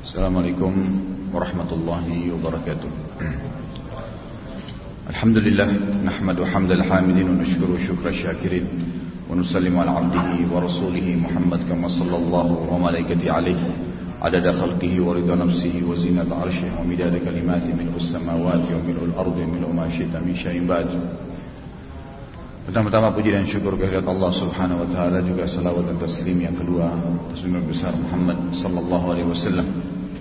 Assalamualaikum warahmatullahi wabarakatuh. Alhamdulillah nahmadu hamdal hamidin wa nashkuru syukra syakirin wa nusallimu ala abdihi wa rasulihi Muhammad kama sallallahu wa malaikati alaihi adada khalqihi wa ridha nafsihi wa zinata arshihi wa midada kalimati mil'us samawati wa mil'ul ardi wa mil'u ma syi'ta min syai'in ba'd. Pertama-tama puji dan syukur kehadirat Allah Subhanahu wa taala, juga salawat dan taslim yang kedua atas Nabi besar Muhammad sallallahu alaihi wasallam.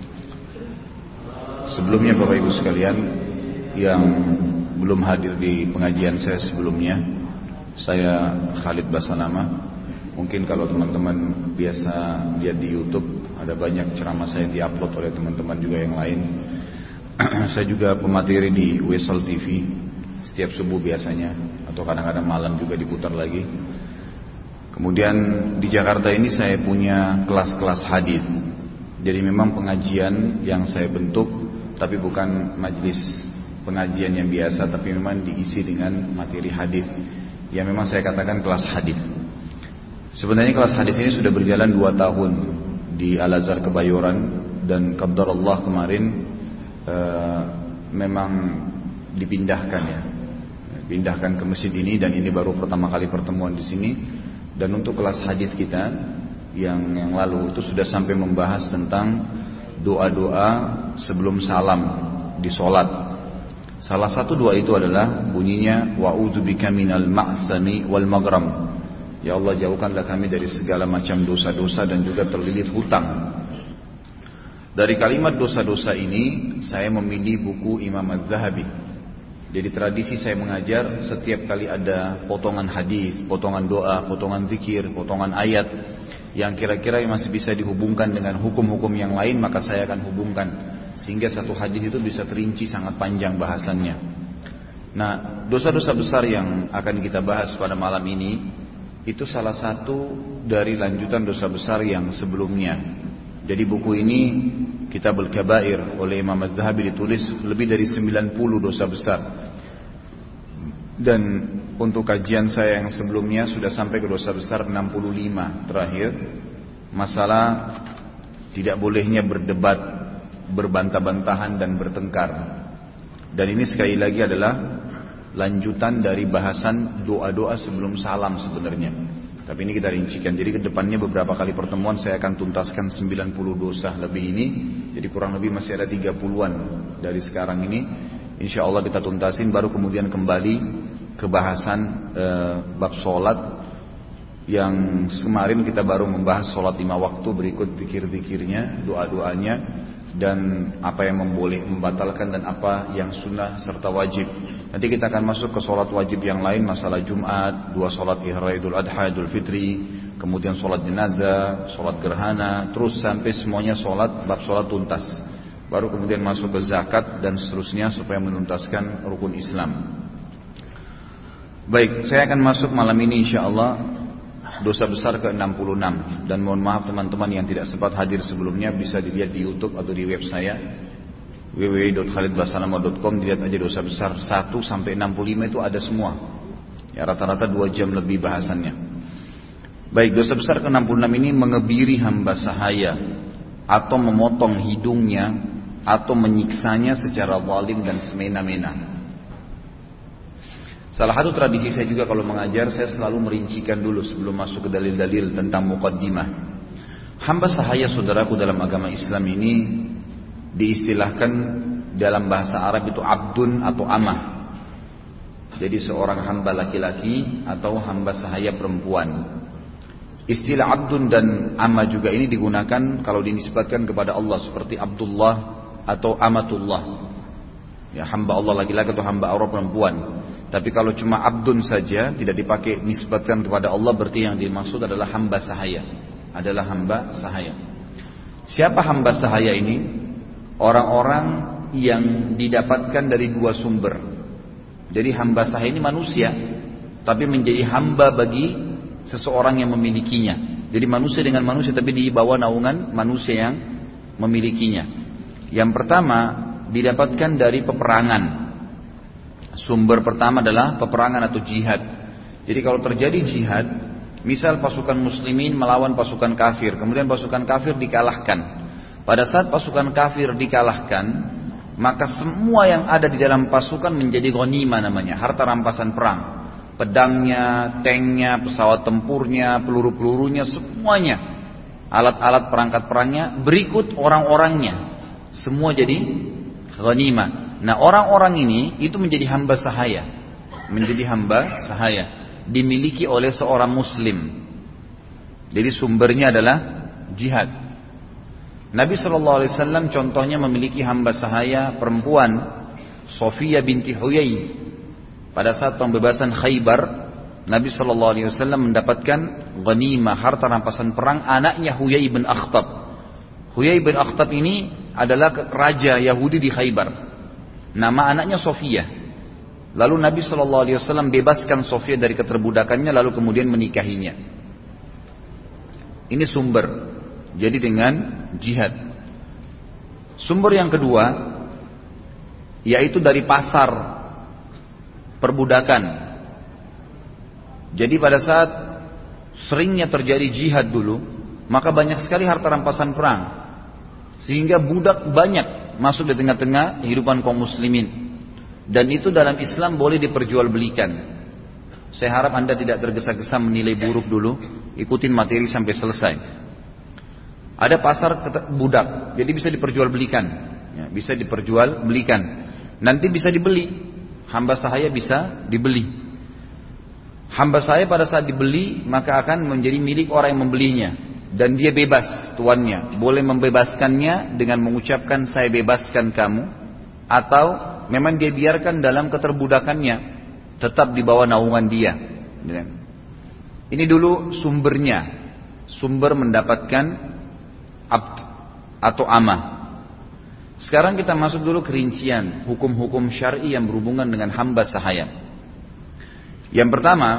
Sebelumnya Bapak Ibu sekalian yang belum hadir di pengajian saya sebelumnya, saya Khalid Basanama. Mungkin kalau teman-teman biasa lihat di YouTube, ada banyak ceramah saya yang diupload oleh teman-teman juga yang lain. Saya juga pemateri di Wesel TV setiap subuh biasanya, atau kadang-kadang malam juga diputar lagi. Kemudian di Jakarta ini saya punya kelas-kelas hadis. Jadi memang pengajian yang saya bentuk, tapi bukan majelis pengajian yang biasa, tapi memang diisi dengan materi hadis yang memang saya katakan kelas hadis. Sebenarnya kelas hadis ini sudah berjalan 2 tahun di Al-Azhar Kebayoran, dan qadarullah kemarin memang dipindahkan ya. Pindahkan ke masjid ini, dan ini baru pertama kali pertemuan di sini. Dan untuk kelas hadis kita yang lalu itu sudah sampai membahas tentang doa-doa sebelum salam di sholat. Salah satu doa itu adalah bunyinya wa'udzubika minal ma'thami wal maghram. Ya Allah, jauhkanlah kami dari segala macam dosa-dosa dan juga terlilit hutang. Dari kalimat dosa-dosa ini saya memilih buku Imam Az-Zahabi. Jadi tradisi saya mengajar, setiap kali ada potongan hadis, potongan doa, potongan zikir, potongan ayat yang kira-kira masih bisa dihubungkan dengan hukum-hukum yang lain, maka saya akan hubungkan sehingga satu hadis itu bisa terinci sangat panjang bahasannya. Nah, dosa-dosa besar yang akan kita bahas pada malam ini itu salah satu dari lanjutan dosa besar yang sebelumnya. Jadi buku ini Kitabul Kabair oleh Imam Az-Zahabi ditulis lebih dari 90 dosa besar. Dan untuk kajian saya yang sebelumnya sudah sampai ke dosa besar 65 terakhir. Masalah tidak bolehnya berdebat, berbantah-bantahan dan bertengkar. Dan ini sekali lagi adalah lanjutan dari bahasan doa-doa sebelum salam sebenarnya. Tapi ini kita rincikan. Jadi ke depannya beberapa kali pertemuan saya akan tuntaskan 90 dosa lebih ini. Jadi kurang lebih masih ada 30-an dari sekarang ini. Insya Allah kita tuntasin, baru kemudian kembali ke bahasan bab sholat. Yang kemarin kita baru membahas sholat 5 waktu, berikut zikir-zikirnya, doa-doanya, dan apa yang membatalkan dan apa yang sunnah serta wajib. Nanti kita akan masuk ke sholat wajib yang lain, masalah Jumat, 2 sholat Ihra, Idul Adha, Idul Fitri, kemudian sholat jenazah, sholat gerhana, terus sampai semuanya sholat, bab sholat tuntas. Baru kemudian masuk ke zakat dan seterusnya supaya menuntaskan rukun Islam. Baik, saya akan masuk malam ini insyaAllah dosa besar ke-66. Dan mohon maaf teman-teman yang tidak sempat hadir sebelumnya, bisa dilihat di YouTube atau di web saya www.khalidbasanama.com. dilihat aja dosa besar 1 sampai 65 itu ada semua ya, rata-rata 2 jam lebih bahasannya. Baik, dosa besar ke-66 ini mengebiri hamba sahaya, atau memotong hidungnya, atau menyiksanya secara zalim dan semena-mena. Salah satu tradisi saya juga kalau mengajar, saya selalu merincikan dulu sebelum masuk ke dalil-dalil tentang muqaddimah. Hamba sahaya saudaraku dalam agama Islam ini diistilahkan dalam bahasa Arab itu abdun atau amah. Jadi seorang hamba laki-laki atau hamba sahaya perempuan. Istilah abdun dan amah juga ini digunakan kalau dinisbatkan kepada Allah, seperti Abdullah atau amatullah. Ya, hamba Allah laki-laki atau hamba Allah perempuan. Tapi kalau cuma abdun saja, tidak dipakai nisbatkan kepada Allah, berarti yang dimaksud adalah hamba sahaya. Adalah hamba sahaya. Siapa hamba sahaya ini? Orang-orang yang didapatkan dari 2 sumber. Jadi hamba sahaya ini manusia, tapi menjadi hamba bagi seseorang yang memilikinya. Jadi manusia dengan manusia, tapi di bawah naungan manusia yang memilikinya. Yang pertama didapatkan dari peperangan. Sumber pertama adalah peperangan atau jihad. Jadi kalau terjadi jihad, misal pasukan muslimin melawan pasukan kafir, kemudian pasukan kafir dikalahkan, Pada saat pasukan kafir dikalahkan, maka semua yang ada di dalam pasukan menjadi ghanimah namanya, harta rampasan perang. Pedangnya, tanknya, pesawat tempurnya, peluru-pelurunya, semuanya. Alat-alat perangkat perangnya, berikut orang-orangnya. Semua jadi ghanimah. Nah, orang-orang ini itu menjadi hamba sahaya. Menjadi hamba sahaya. Dimiliki oleh seorang muslim. Jadi sumbernya adalah jihad. Nabi SAW contohnya memiliki hamba sahaya perempuan, Sofiyah binti Huyai. Pada saat pembebasan Khaybar, Nabi SAW mendapatkan ghanimah, harta rampasan perang anaknya Huyai bin Akhtab. Huyai bin Akhtab ini adalah raja Yahudi di Khaybar. Nama anaknya Sofiyah. Lalu Nabi SAW bebaskan Sofiyah dari keterbudakannya, lalu kemudian menikahinya. Ini sumber. Jadi dengan jihad. Sumber yang kedua, yaitu dari pasar perbudakan. Jadi pada saat seringnya terjadi jihad dulu, maka banyak sekali harta rampasan perang, sehingga budak banyak masuk di tengah-tengah kehidupan kaum muslimin. Dan itu dalam Islam boleh diperjualbelikan. Saya harap Anda tidak tergesa-gesa menilai buruk dulu, ikutin materi sampai selesai. Ada pasar budak, jadi bisa diperjualbelikan, ya, bisa diperjualbelikan. Nanti bisa dibeli, hamba sahaya bisa dibeli. Hamba sahaya pada saat dibeli maka akan menjadi milik orang yang membelinya, dan dia bebas tuannya. Boleh membebaskannya dengan mengucapkan saya bebaskan kamu, atau memang dia biarkan dalam keterbudakannya, tetap di bawah naungan dia. Ini dulu sumbernya, sumber mendapatkan abd atau amah. Sekarang kita masuk dulu ke rincian hukum-hukum syar'i yang berhubungan dengan hamba sahaya. Yang pertama,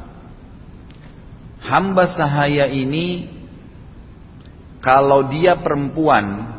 hamba sahaya ini kalau dia perempuan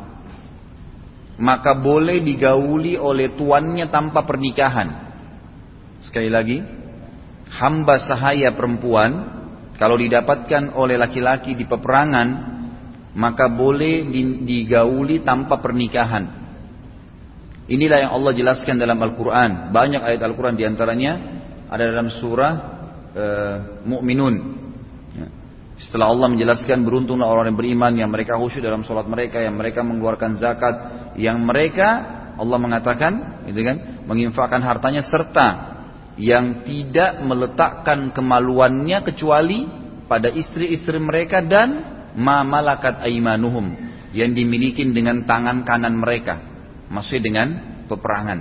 maka boleh digauli oleh tuannya tanpa pernikahan. Sekali lagi, hamba sahaya perempuan kalau didapatkan oleh laki-laki di peperangan maka boleh digauli tanpa pernikahan. Inilah yang Allah jelaskan dalam Al-Quran. Banyak ayat Al-Quran diantaranya ada dalam surah Mu'minun. Setelah Allah menjelaskan beruntunglah orang yang beriman, yang mereka khusyuk dalam sholat mereka, yang mereka mengeluarkan zakat, yang mereka, Allah mengatakan, gitu kan, menginfakkan hartanya, serta yang tidak meletakkan kemaluannya kecuali pada istri-istri mereka dan ma malakat aimanuhum, yang dimiliki dengan tangan kanan mereka, maksudnya dengan peperangan.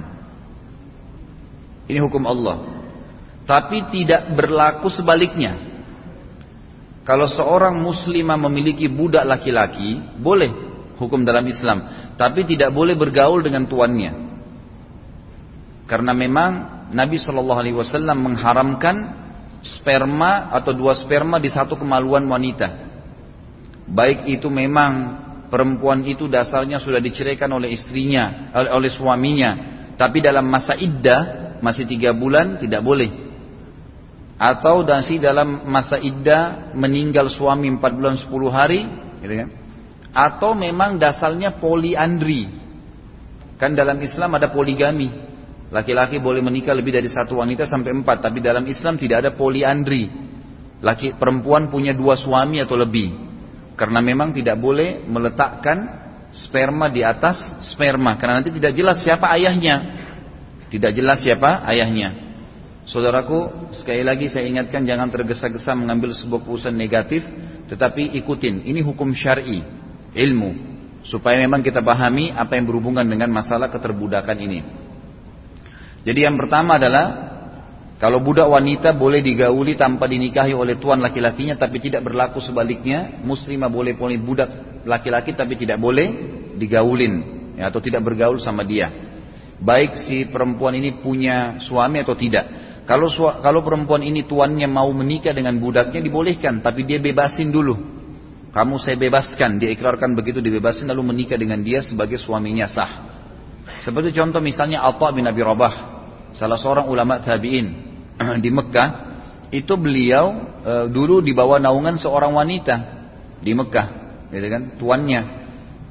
Ini hukum Allah. Tapi tidak berlaku sebaliknya. Kalau seorang muslimah memiliki budak laki-laki, boleh hukum dalam Islam, tapi tidak boleh bergaul dengan tuannya. Karena memang Nabi SAW mengharamkan sperma atau dua sperma di satu kemaluan wanita. Baik itu memang perempuan itu dasarnya sudah diceraikan oleh istrinya, oleh suaminya, tapi dalam masa iddah masih 3 bulan tidak boleh. Atau masih dalam masa iddah meninggal suami 4 bulan 10 hari, gitu kan? Atau memang dasarnya poliandri. Kan dalam Islam ada poligami. Laki-laki boleh menikah lebih dari 1 wanita sampai 4, tapi dalam Islam tidak ada poliandri. Perempuan punya 2 suami atau lebih. Karena memang tidak boleh meletakkan sperma di atas sperma, karena nanti tidak jelas siapa ayahnya. Tidak jelas siapa ayahnya. Saudaraku, sekali lagi saya ingatkan, jangan tergesa-gesa mengambil sebuah keputusan negatif, tetapi ikutin. Ini hukum syar'i, ilmu, supaya memang kita pahami apa yang berhubungan dengan masalah keterbudakan ini. Jadi yang pertama adalah, kalau budak wanita boleh digauli tanpa dinikahi oleh tuan laki-lakinya, tapi tidak berlaku sebaliknya. Muslimah boleh budak laki-laki tapi tidak boleh digaulin, ya, atau tidak bergaul sama dia. Baik si perempuan ini punya suami atau tidak. Kalau perempuan ini tuannya mau menikah dengan budaknya dibolehkan, tapi dia bebasin dulu. Kamu saya bebaskan, dia ikrarkan begitu, dibebasin lalu menikah dengan dia sebagai suaminya sah. Seperti contoh misalnya Atha bin Abi Rabah, salah seorang ulama tabi'in di Mekah, itu beliau dulu di bawah naungan seorang wanita di Mekah, gitu kan, tuannya.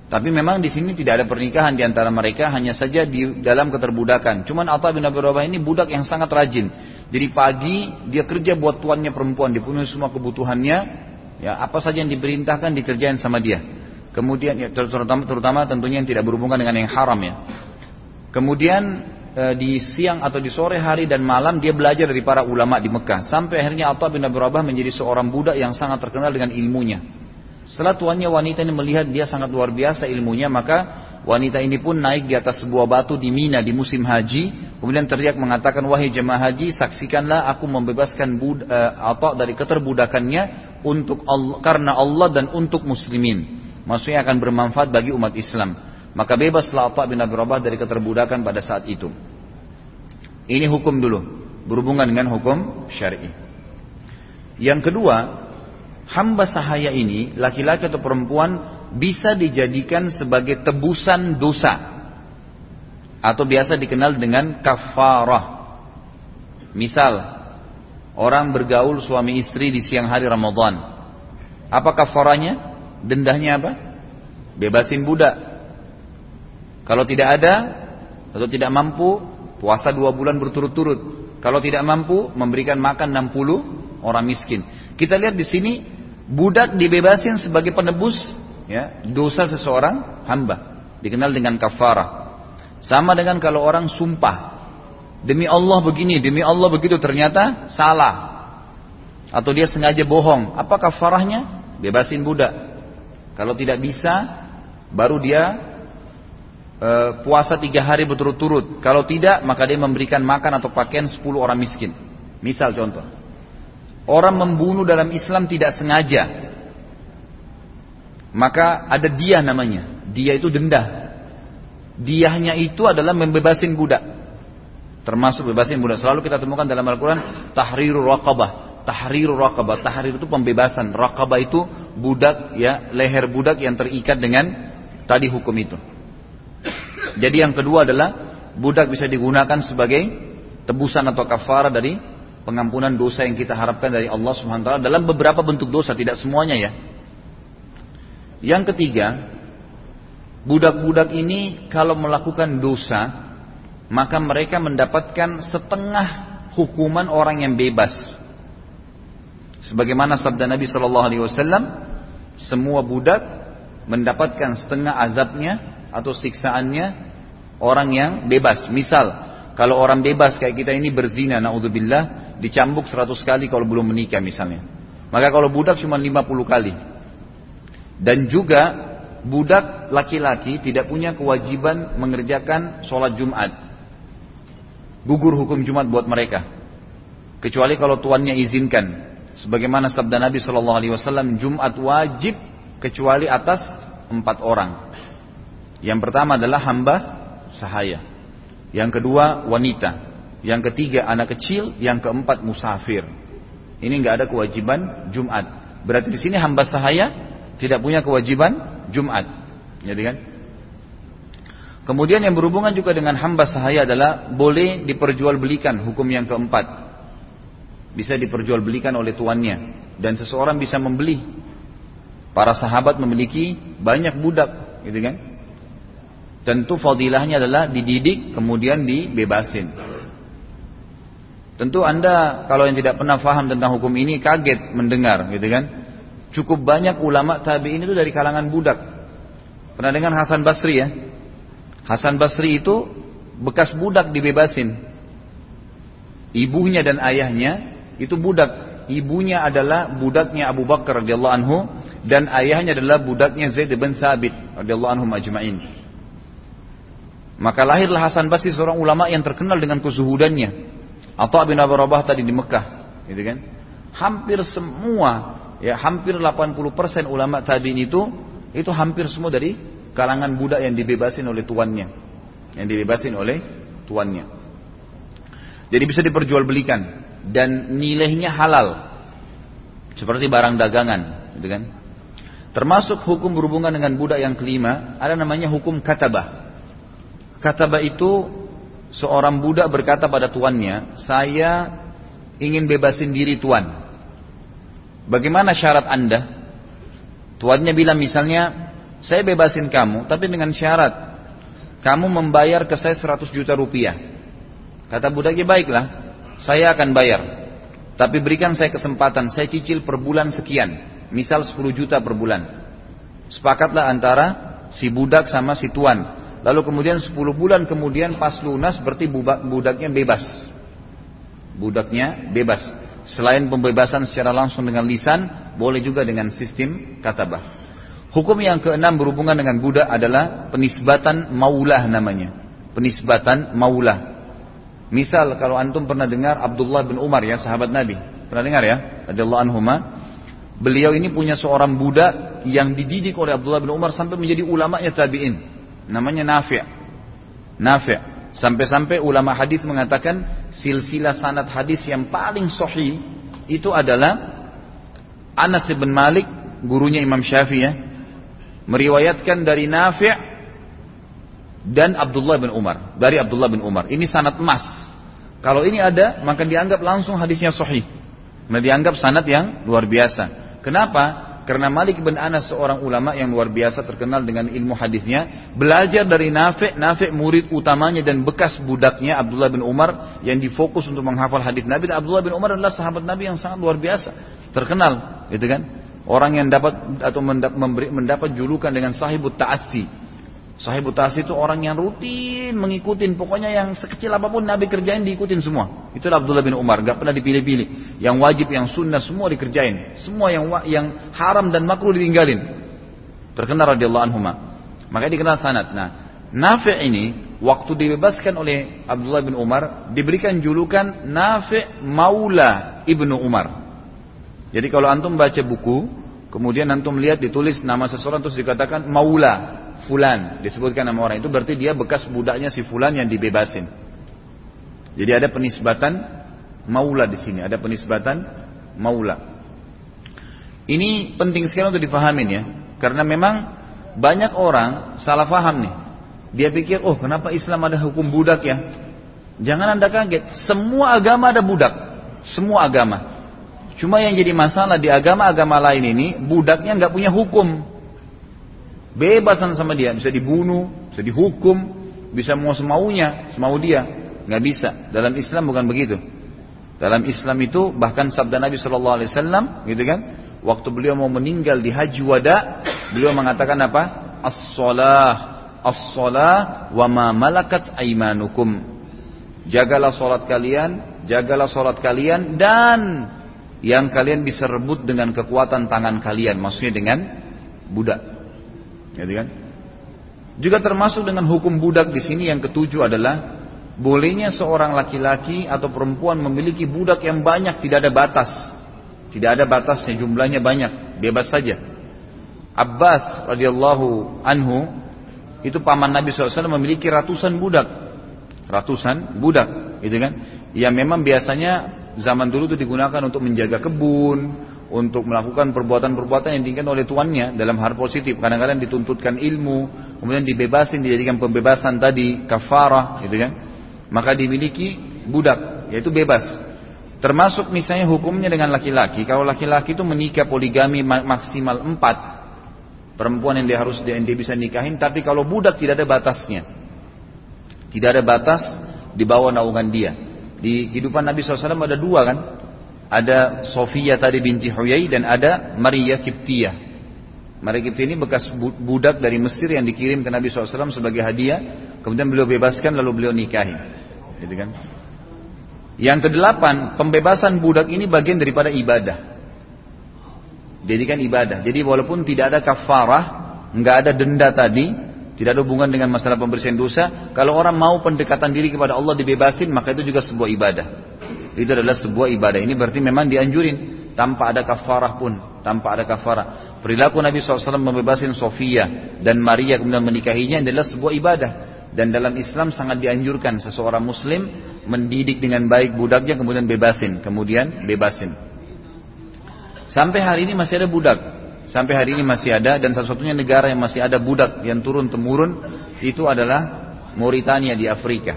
Tapi memang di sini tidak ada pernikahan di antara mereka, hanya saja di dalam keterbudakan. Cuman Atha bin Abi Rabah ini budak yang sangat rajin. Jadi pagi dia kerja buat tuannya perempuan, dipenuhi semua kebutuhannya, ya apa saja yang diperintahkan dikerjain sama dia. Kemudian ya, terutama tentunya yang tidak berhubungan dengan yang haram ya. Kemudian di siang atau di sore hari dan malam dia belajar dari para ulama di Mekah. Sampai akhirnya Atha bin Abi Rabah menjadi seorang budak yang sangat terkenal dengan ilmunya. Setelah tuannya wanita ini melihat dia sangat luar biasa ilmunya, maka wanita ini pun naik di atas sebuah batu di Mina di musim haji. Kemudian teriak mengatakan, wahai jemaah haji, saksikanlah aku membebaskan Atha dari keterbudakannya untuk Allah, karena Allah dan untuk muslimin. Maksudnya akan bermanfaat bagi umat Islam. Maka bebaslah Atha bin Abi Rabah dari keterbudakan pada saat itu. Ini hukum dulu, berhubungan dengan hukum syar'i. Yang kedua, hamba sahaya ini, laki-laki atau perempuan, bisa dijadikan sebagai tebusan dosa. Atau biasa dikenal dengan kafarah. Misal, orang bergaul suami istri di siang hari Ramadan. Apa kafarahnya? Dendahnya apa? Bebasin budak. Kalau tidak ada, atau tidak mampu, puasa 2 bulan berturut-turut. Kalau tidak mampu, memberikan makan 60 orang miskin. Kita lihat di sini, budak dibebasin sebagai penebus ya, dosa seseorang hamba, dikenal dengan kafarah. Sama dengan kalau orang sumpah, demi Allah begini, demi Allah begitu, ternyata salah, atau dia sengaja bohong. Apa kafarahnya? Bebasin budak. Kalau tidak bisa, baru dia puasa 3 hari berturut-turut. Kalau tidak, maka dia memberikan makan atau pakaian 10 orang miskin. Misal contoh, orang membunuh dalam Islam tidak sengaja, maka ada diyah namanya. Diyah itu denda. Diyahnya itu adalah membebasin budak. Termasuk bebasin budak. Selalu kita temukan dalam Al-Quran tahrirur raqabah. Tahrirur raqabah. Tahrir itu pembebasan. Raqabah itu budak ya, leher budak yang terikat dengan tadi hukum itu. Jadi yang kedua adalah budak bisa digunakan sebagai tebusan atau kafarah dari pengampunan dosa yang kita harapkan dari Allah Subhanahu wa taala dalam beberapa bentuk dosa, tidak semuanya ya. Yang ketiga, budak-budak ini kalau melakukan dosa, maka mereka mendapatkan setengah hukuman orang yang bebas. Sebagaimana sabda Nabi sallallahu alaihi wasallam, semua budak mendapatkan setengah azabnya atau siksaannya orang yang bebas. Misal, kalau orang bebas kayak kita ini berzina, naudzubillah, dicambuk 100 kali kalau belum menikah misalnya. Maka kalau budak cuma 50 kali. Dan juga budak laki-laki tidak punya kewajiban mengerjakan sholat Jumat. Gugur hukum Jumat buat mereka. Kecuali kalau tuannya izinkan. Sebagaimana sabda Nabi SAW, Jumat wajib kecuali atas 4 orang. Yang pertama adalah hamba sahaya. Yang kedua wanita. Yang ketiga anak kecil. Yang keempat musafir. Ini nggak ada kewajiban Jumat. Berarti di sini hamba sahaya tidak punya kewajiban Jumat. Jadi kan? Kemudian yang berhubungan juga dengan hamba sahaya adalah boleh diperjualbelikan, hukum yang keempat. Bisa diperjualbelikan oleh tuannya dan seseorang bisa membeli. Para sahabat memiliki banyak budak, gitu kan? Tentu fadilahnya adalah dididik kemudian dibebasin. Tentu Anda kalau yang tidak pernah paham tentang hukum ini kaget mendengar, gitu kan? Cukup banyak ulama tabi'in itu dari kalangan budak. Pernah dengar Hasan Basri ya? Hasan Basri itu bekas budak dibebasin. Ibunya dan ayahnya itu budak. Ibunya adalah budaknya Abu Bakar radhiyallahu anhu dan ayahnya adalah budaknya Zaid bin Thabit radhiyallahu anhum ajma'in. Maka lahirlah Hasan Basri, seorang ulama yang terkenal dengan kezuhudannya. Atha bin Abi Rabah tadi di Mekah, gitu kan? Hampir semua, ya hampir 80% ulama tabi'in itu hampir semua dari kalangan budak yang dibebasin oleh tuannya. Yang dibebasin oleh tuannya. Jadi bisa diperjualbelikan dan nilainya halal. Seperti barang dagangan, gitu kan? Termasuk hukum berhubungan dengan budak yang kelima, ada namanya hukum katabah. Katabah itu seorang budak berkata pada tuannya, saya ingin bebasin diri tuan. Bagaimana syarat Anda? Tuannya bilang misalnya, saya bebasin kamu, tapi dengan syarat kamu membayar ke saya 100 juta rupiah. Kata budaknya, baiklah, saya akan bayar. Tapi berikan saya kesempatan, saya cicil per bulan sekian. Misal 10 juta per bulan. Sepakatlah antara si budak sama si tuan. Lalu kemudian 10 bulan kemudian pas lunas berarti budaknya bebas. Budaknya bebas. Selain pembebasan secara langsung dengan lisan, boleh juga dengan sistem katabah. Hukum yang keenam berhubungan dengan budak adalah penisbatan maulah namanya. Penisbatan maulah. Misal kalau antum pernah dengar Abdullah bin Umar ya, sahabat Nabi. Pernah dengar ya? Radhiyallahu anhuma. Beliau ini punya seorang budak yang dididik oleh Abdullah bin Umar sampai menjadi ulamanya tabi'in. Namanya Nafi'. Nafi'. Sampai-sampai ulama hadis mengatakan silsilah sanad hadis yang paling sahih itu adalah Anas bin Malik, gurunya Imam Syafi'i ya, meriwayatkan dari Nafi' dan Abdullah bin Umar. Dari Abdullah bin Umar. Ini sanad emas. Kalau ini ada, maka dianggap langsung hadisnya sahih. Nah, dianggap sanad yang luar biasa. Kenapa? Karena Malik bin Anas seorang ulama yang luar biasa terkenal dengan ilmu hadisnya, belajar dari Nafi'. Nafi' murid utamanya dan bekas budaknya Abdullah bin Umar yang difokus untuk menghafal hadis Nabi. Dan Abdullah bin Umar adalah sahabat Nabi yang sangat luar biasa, terkenal, gitu kan? Orang yang dapat atau mendapat julukan dengan sahibut ta'assi. Sahibut ta'assi itu orang yang rutin mengikutin, pokoknya yang sekecil apapun Nabi kerjain diikutin semua. Itulah Abdullah bin Umar, gak pernah dipilih-pilih. Yang wajib, yang sunnah semua dikerjain. Semua yang haram dan makruh ditinggalin. Terkenal radhiyallahu anhuma. Makanya dikenal sanad. Nah, Nafi' ini waktu dibebaskan oleh Abdullah bin Umar diberikan julukan Nafi' Maula Ibnu Umar. Jadi kalau antum baca buku, kemudian antum lihat ditulis nama seseorang terus dikatakan Maula Fulan, disebutkan nama orang itu berarti dia bekas budaknya si Fulan yang dibebasin. Jadi ada penisbatan maula di sini, ada penisbatan maula. Ini penting sekali untuk dipahamin ya, karena memang banyak orang salah paham nih. Dia pikir, oh kenapa Islam ada hukum budak ya? Jangan anda kaget, semua agama ada budak, semua agama. Cuma yang jadi masalah di agama-agama lain ini budaknya nggak punya hukum. Bebasan sama dia, bisa dibunuh, bisa dihukum, bisa mau semaunya, semau dia, nggak bisa. Dalam Islam bukan begitu. Dalam Islam itu bahkan sabda Nabi Shallallahu Alaihi Wasallam, gitu kan? Waktu beliau mau meninggal di Haji Wada, beliau mengatakan apa? As-salah, wa ma malakat aimanukum. Jagalah salat kalian, dan yang kalian bisa rebut dengan kekuatan tangan kalian, maksudnya dengan budak. Gitu kan? Juga termasuk dengan hukum budak di sini yang ketujuh adalah bolehnya seorang laki-laki atau perempuan memiliki budak yang banyak, tidak ada batas. Tidak ada batasnya, jumlahnya banyak, bebas saja. Abbas radhiyallahu anhu itu paman Nabi SAW memiliki ratusan budak, gitu kan? Yang memang biasanya zaman dulu itu digunakan untuk menjaga kebun, untuk melakukan perbuatan-perbuatan yang diinginkan oleh tuannya dalam hal positif. Kadang-kadang dituntutkan ilmu, kemudian dibebasin, dijadikan pembebasan tadi kafarah, gitu kan? Maka dimiliki budak, yaitu bebas. Termasuk misalnya hukumnya dengan laki-laki. Kalau laki-laki itu menikah poligami maksimal 4 perempuan yang dia bisa nikahin, tapi kalau budak tidak ada batasnya, tidak ada batas di bawah naungan dia. Di kehidupan Nabi SAW ada 2 kan? Ada Sofia tadi binti Huyai dan ada Maria Kiptiyah. Maria Kiptiyah ini bekas budak dari Mesir yang dikirim ke Nabi SAW sebagai hadiah. Kemudian beliau bebaskan lalu beliau nikahi. Gitu kan? Yang ke-8, pembebasan budak ini bagian daripada ibadah. Jadi kan ibadah. Jadi walaupun tidak ada kafarah, nggak ada denda tadi, tidak ada hubungan dengan masalah pembersihan dosa. Kalau orang mau pendekatan diri kepada Allah dibebasin, maka itu juga sebuah ibadah. Itu adalah sebuah ibadah. Ini berarti memang dianjurin tanpa ada kafarah pun, tanpa ada kafarah. Perilaku Nabi SAW membebasin Sofia dan Maria kemudian menikahinya adalah sebuah ibadah. Dan dalam Islam sangat dianjurkan seseorang Muslim mendidik dengan baik budaknya kemudian bebasin, Sampai hari ini masih ada budak. Sampai hari ini masih ada, dan satu-satunya negara yang masih ada budak yang turun temurun itu adalah Mauritania di Afrika.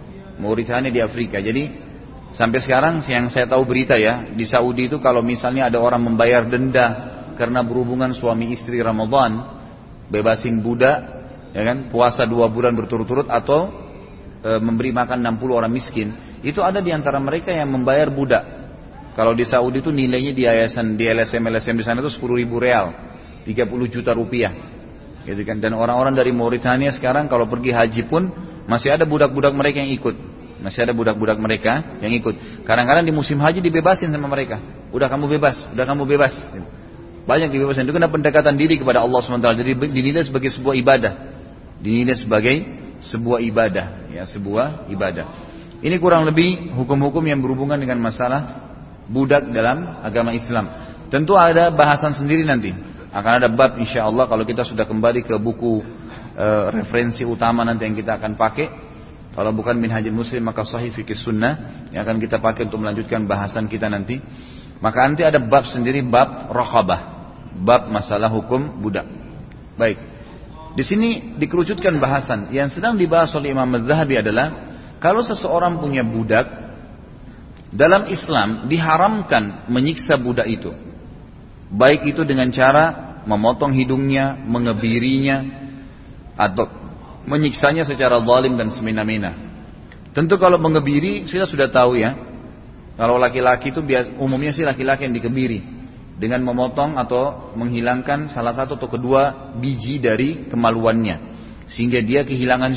Jadi sampai sekarang yang saya tahu berita ya, di Saudi itu kalau misalnya ada orang membayar denda karena berhubungan suami istri Ramadan, bebasin budak, ya kan, puasa 2 bulan berturut-turut, atau memberi makan 60 orang miskin. Itu ada di antara mereka yang membayar budak. Kalau di Saudi itu nilainya di yayasan, di LSM di sana itu 10.000 real, 30 juta rupiah, gitu kan. Dan orang-orang dari Mauritania sekarang kalau pergi haji pun masih ada budak-budak mereka yang ikut, masih ada budak-budak mereka yang ikut. Kadang-kadang di musim haji dibebasin sama mereka, udah kamu bebas, udah kamu bebas. Banyak dibebasin. Itu karena pendekatan diri kepada Allah SWT. Jadi dinilai sebagai sebuah ibadah, dinilai sebagai sebuah ibadah, ya, sebuah ibadah. Ini kurang lebih hukum-hukum yang berhubungan dengan masalah budak dalam agama Islam. Tentu ada bahasan sendiri nanti. Akan ada bab insyaallah kalau kita sudah kembali ke buku referensi utama nanti yang kita akan pakai. Kalau bukan Minhajul Muslim maka Sahih Fiqh Sunnah yang akan kita pakai untuk melanjutkan bahasan kita nanti. Maka nanti ada bab sendiri, bab raqabah, bab masalah hukum budak. Baik. Di sini dikerucutkan bahasan yang sedang dibahas oleh Imam Az-Zahabi adalah kalau seseorang punya budak, dalam Islam diharamkan menyiksa budak itu. Baik itu dengan cara memotong hidungnya, mengebirinya, atau menyiksanya secara zalim dan semena-mena. Tentu kalau mengebiri kita sudah tahu ya. Kalau laki-laki itu umumnya sih laki-laki yang dikebiri dengan memotong atau menghilangkan salah satu atau kedua biji dari kemaluannya sehingga dia kehilangan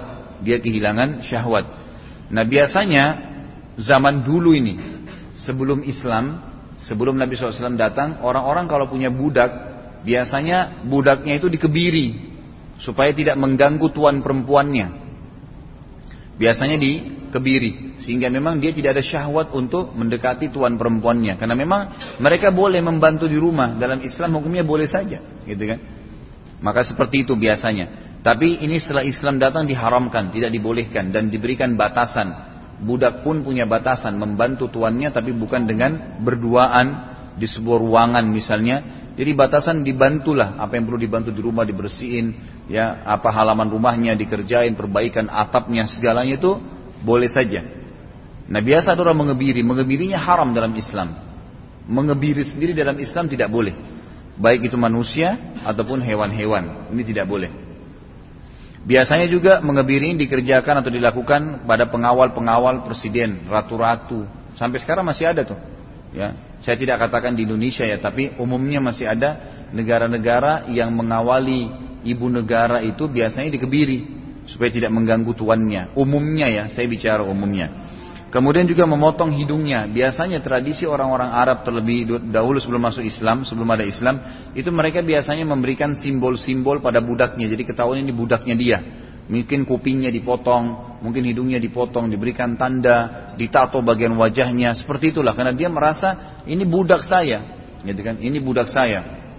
syahwat. Nah biasanya zaman dulu ini sebelum Islam, sebelum Nabi SAW datang, orang-orang kalau punya budak biasanya budaknya itu dikebiri supaya tidak mengganggu tuan perempuannya. Biasanya dikebiri sehingga memang dia tidak ada syahwat untuk mendekati tuan perempuannya, karena memang mereka boleh membantu di rumah. Dalam Islam hukumnya boleh saja, gitu kan. Maka seperti itu biasanya. Tapi ini setelah Islam datang diharamkan, tidak dibolehkan dan diberikan batasan. Budak pun punya batasan membantu tuannya, tapi bukan dengan berduaan di sebuah ruangan misalnya. Jadi batasan dibantulah apa yang perlu dibantu di rumah, dibersihin, ya, apa halaman rumahnya dikerjain, perbaikan atapnya, segalanya itu boleh saja. Nah biasa ada orang mengebirinya haram dalam Islam. Mengebiri sendiri dalam Islam tidak boleh, baik itu manusia ataupun hewan-hewan, ini tidak boleh. Biasanya juga mengebiri dikerjakan atau dilakukan pada pengawal-pengawal presiden, ratu-ratu. Sampai sekarang masih ada tuh. Ya, saya tidak katakan di Indonesia ya, tapi umumnya masih ada negara-negara yang mengawali ibu negara itu biasanya dikebiri supaya tidak mengganggu tuannya. Umumnya ya, saya bicara umumnya. Kemudian juga memotong hidungnya. Biasanya tradisi orang-orang Arab terlebih dahulu sebelum masuk Islam, sebelum ada Islam, itu mereka biasanya memberikan simbol-simbol pada budaknya. Jadi ketahuan ini budaknya dia. Mungkin kupingnya dipotong, mungkin hidungnya dipotong, diberikan tanda, ditato bagian wajahnya, seperti itulah. Karena dia merasa ini budak saya, gitu kan? Ini budak saya.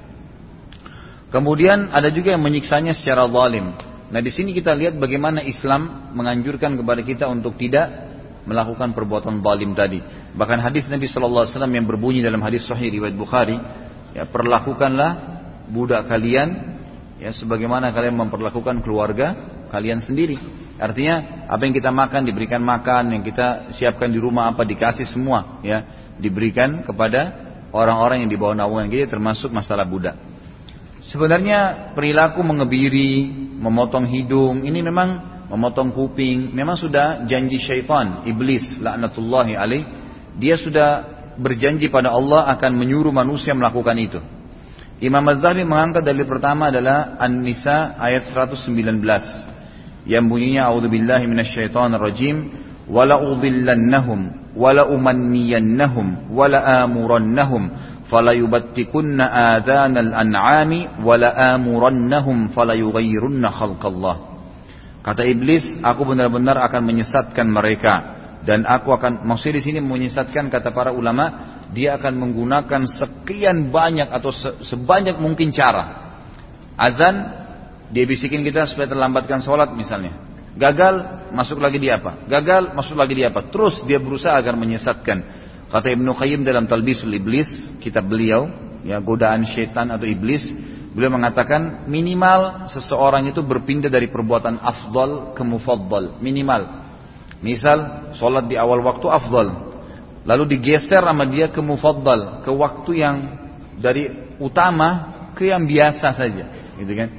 Kemudian ada juga yang menyiksanya secara zalim. Nah di sini kita lihat bagaimana Islam menganjurkan kepada kita untuk tidak melakukan perbuatan zalim tadi. Bahkan hadis Nabi SAW yang berbunyi dalam hadis Sahih riwayat Bukhari, ya, perlakukanlah budak kalian ya sebagaimana kalian memperlakukan keluarga kalian sendiri. Artinya apa yang kita makan diberikan makan, yang kita siapkan di rumah apa dikasih semua, ya, diberikan kepada orang-orang yang di bawah naungan kita, termasuk masalah budak. Sebenarnya perilaku mengebiri, memotong hidung, ini memang memotong kuping, memang sudah janji syaitan, iblis, laknatullahi alaih. Dia sudah berjanji pada Allah akan menyuruh manusia melakukan itu. Imam Az-Zahabi mengangkat dalil pertama adalah An-Nisa ayat 119 yang bunyinya a'udzubillahi minasyaitonirrajim wala udhillannahum wala umanniyannahum wala amurannahum falayubattikunna adhanal an'ami wala amurannahum falayughayyirunna khalqallah. Kata iblis, aku benar-benar akan menyesatkan mereka dan aku akan, maksudnya di sini menyesatkan kata para ulama, dia akan menggunakan sekian banyak atau sebanyak mungkin cara. Azan dia bisikin kita supaya terlambatkan sholat misalnya. Gagal, masuk lagi di apa? Gagal, masuk lagi di apa? Terus dia berusaha agar menyesatkan. Kata Ibnu Qayyim dalam Talbisul Iblis, kitab beliau, ya, godaan syaitan atau iblis, beliau mengatakan minimal seseorang itu berpindah dari perbuatan afdal ke mufaddal, minimal. Misal sholat di awal waktu afdal, lalu digeser sama dia ke mufaddal, ke waktu yang dari utama ke yang biasa saja, gitu kan?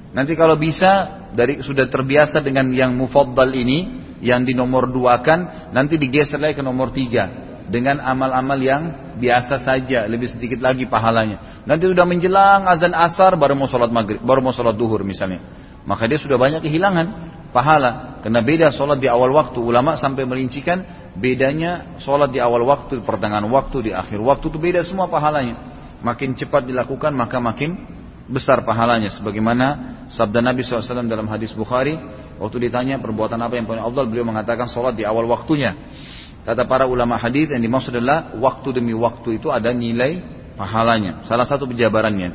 Nanti kalau bisa sudah terbiasa dengan yang mufaddal ini, yang di nomor 2-kan, nanti digeser lagi ke nomor 3 dengan amal-amal yang biasa saja, lebih sedikit lagi pahalanya. Nanti sudah menjelang azan asar baru mau sholat maghrib, baru mau sholat duhur misalnya, maka dia sudah banyak kehilangan pahala. Karena beda sholat di awal waktu. Ulama sampai merincikan bedanya sholat di awal waktu, di pertengahan waktu, di akhir waktu itu beda semua pahalanya. Makin cepat dilakukan maka makin besar pahalanya. Sebagaimana sabda Nabi SAW dalam hadis Bukhari, waktu ditanya perbuatan apa yang paling afdal, beliau mengatakan sholat di awal waktunya. Kata para ulama hadis, yang dimaksud adalah waktu demi waktu itu ada nilai pahalanya. Salah satu penjabarannya.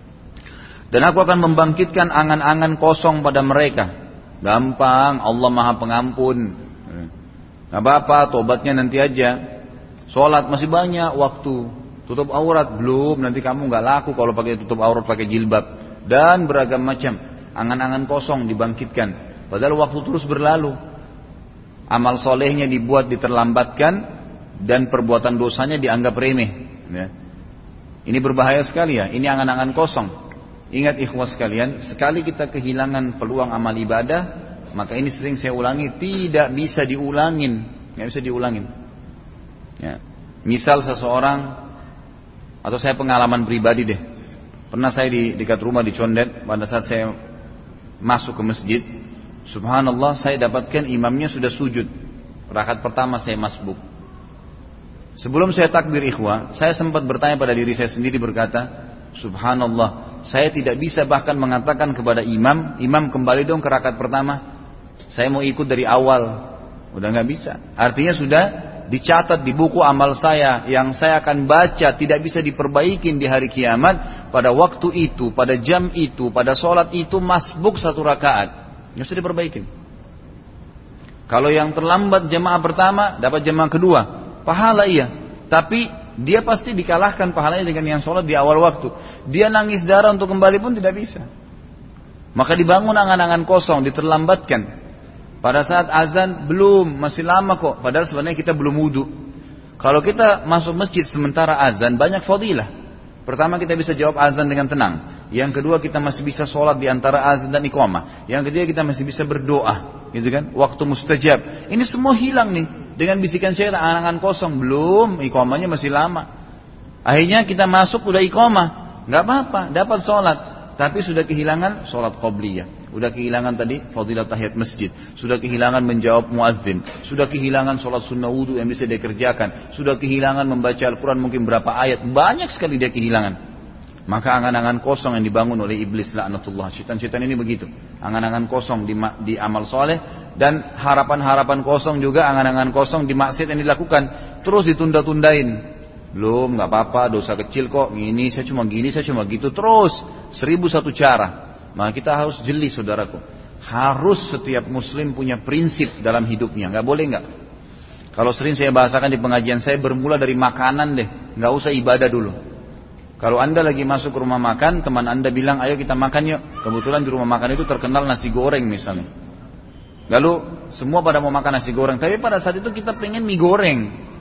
Dan aku akan membangkitkan angan-angan kosong pada mereka. Gampang, Allah Maha Pengampun. Gak apa-apa, tobatnya nanti aja. Sholat masih banyak waktu. Tutup aurat belum, nanti kamu gak laku kalau pakai tutup aurat, pakai jilbab. Dan beragam macam angan-angan kosong dibangkitkan. Padahal waktu terus berlalu. Amal solehnya dibuat diterlambatkan, dan perbuatan dosanya dianggap remeh. Ya. Ini berbahaya sekali ya. Ini angan-angan kosong. Ingat ikhwas sekalian, sekali kita kehilangan peluang amal ibadah, maka ini sering saya ulangi, tidak bisa diulangin. Nggak bisa diulangin. Ya. Misal seseorang, atau saya pengalaman pribadi deh. Pernah saya di dekat rumah di Condet, pada saat saya masuk ke masjid, subhanallah saya dapatkan imamnya sudah sujud. Rakaat pertama saya masbuk. Sebelum saya takbir ikhwah, saya sempat bertanya pada diri saya sendiri, berkata, subhanallah, saya tidak bisa bahkan mengatakan kepada imam kembali dong ke rakaat pertama. Saya mau ikut dari awal. Udah gak bisa. Artinya sudah dicatat di buku amal saya, yang saya akan baca tidak bisa diperbaikin di hari kiamat. Pada waktu itu, pada jam itu, pada sholat itu masbuk 1 rakaat. Nggak bisa diperbaikin. Kalau yang terlambat jamaah pertama dapat jamaah kedua, pahala iya, tapi dia pasti dikalahkan pahalanya dengan yang sholat di awal waktu. Dia nangis darah untuk kembali pun tidak bisa. Maka dibangun angan-angan kosong, diterlambatkan. Pada saat azan belum, masih lama kok. Padahal sebenarnya kita belum wudu. Kalau kita masuk masjid sementara azan, banyak fadilah. Pertama, kita bisa jawab azan dengan tenang. Yang kedua, kita masih bisa sholat di antara azan dan iqamah. Yang ketiga, kita masih bisa berdoa, gitu kan? Waktu mustajab. Ini semua hilang nih dengan bisikan syaitan, angan-angan kosong. Belum, iqamahnya masih lama. Akhirnya kita masuk udah iqamah, nggak apa-apa, dapat sholat. Tapi sudah kehilangan sholat qabliyah. Sudah kehilangan tadi fadilah tahiyat masjid. Sudah kehilangan menjawab muadzin. Sudah kehilangan sholat sunnah wudu yang bisa dia kerjakan. Sudah kehilangan membaca Al-Quran mungkin berapa ayat. Banyak sekali dia kehilangan. Maka angan-angan kosong yang dibangun oleh iblis laknatullah. Syaitan ini begitu. Angan-angan kosong di amal soleh. Dan harapan-harapan kosong juga, angan-angan kosong di maksiat yang dilakukan. Terus ditunda-tundain. Belum, gak apa-apa, dosa kecil kok. Saya cuma gitu. Terus 1001 cara. Maka kita harus jeli saudaraku. Harus setiap muslim punya prinsip dalam hidupnya. Gak boleh gak. Kalau sering saya bahasakan di pengajian saya, bermula dari makanan deh. Gak usah ibadah dulu. Kalau anda lagi masuk ke rumah makan, teman anda bilang ayo kita makan yuk. Kebetulan di rumah makan itu terkenal nasi goreng misalnya. Lalu semua pada mau makan nasi goreng. Tapi pada saat itu kita pengen mie goreng.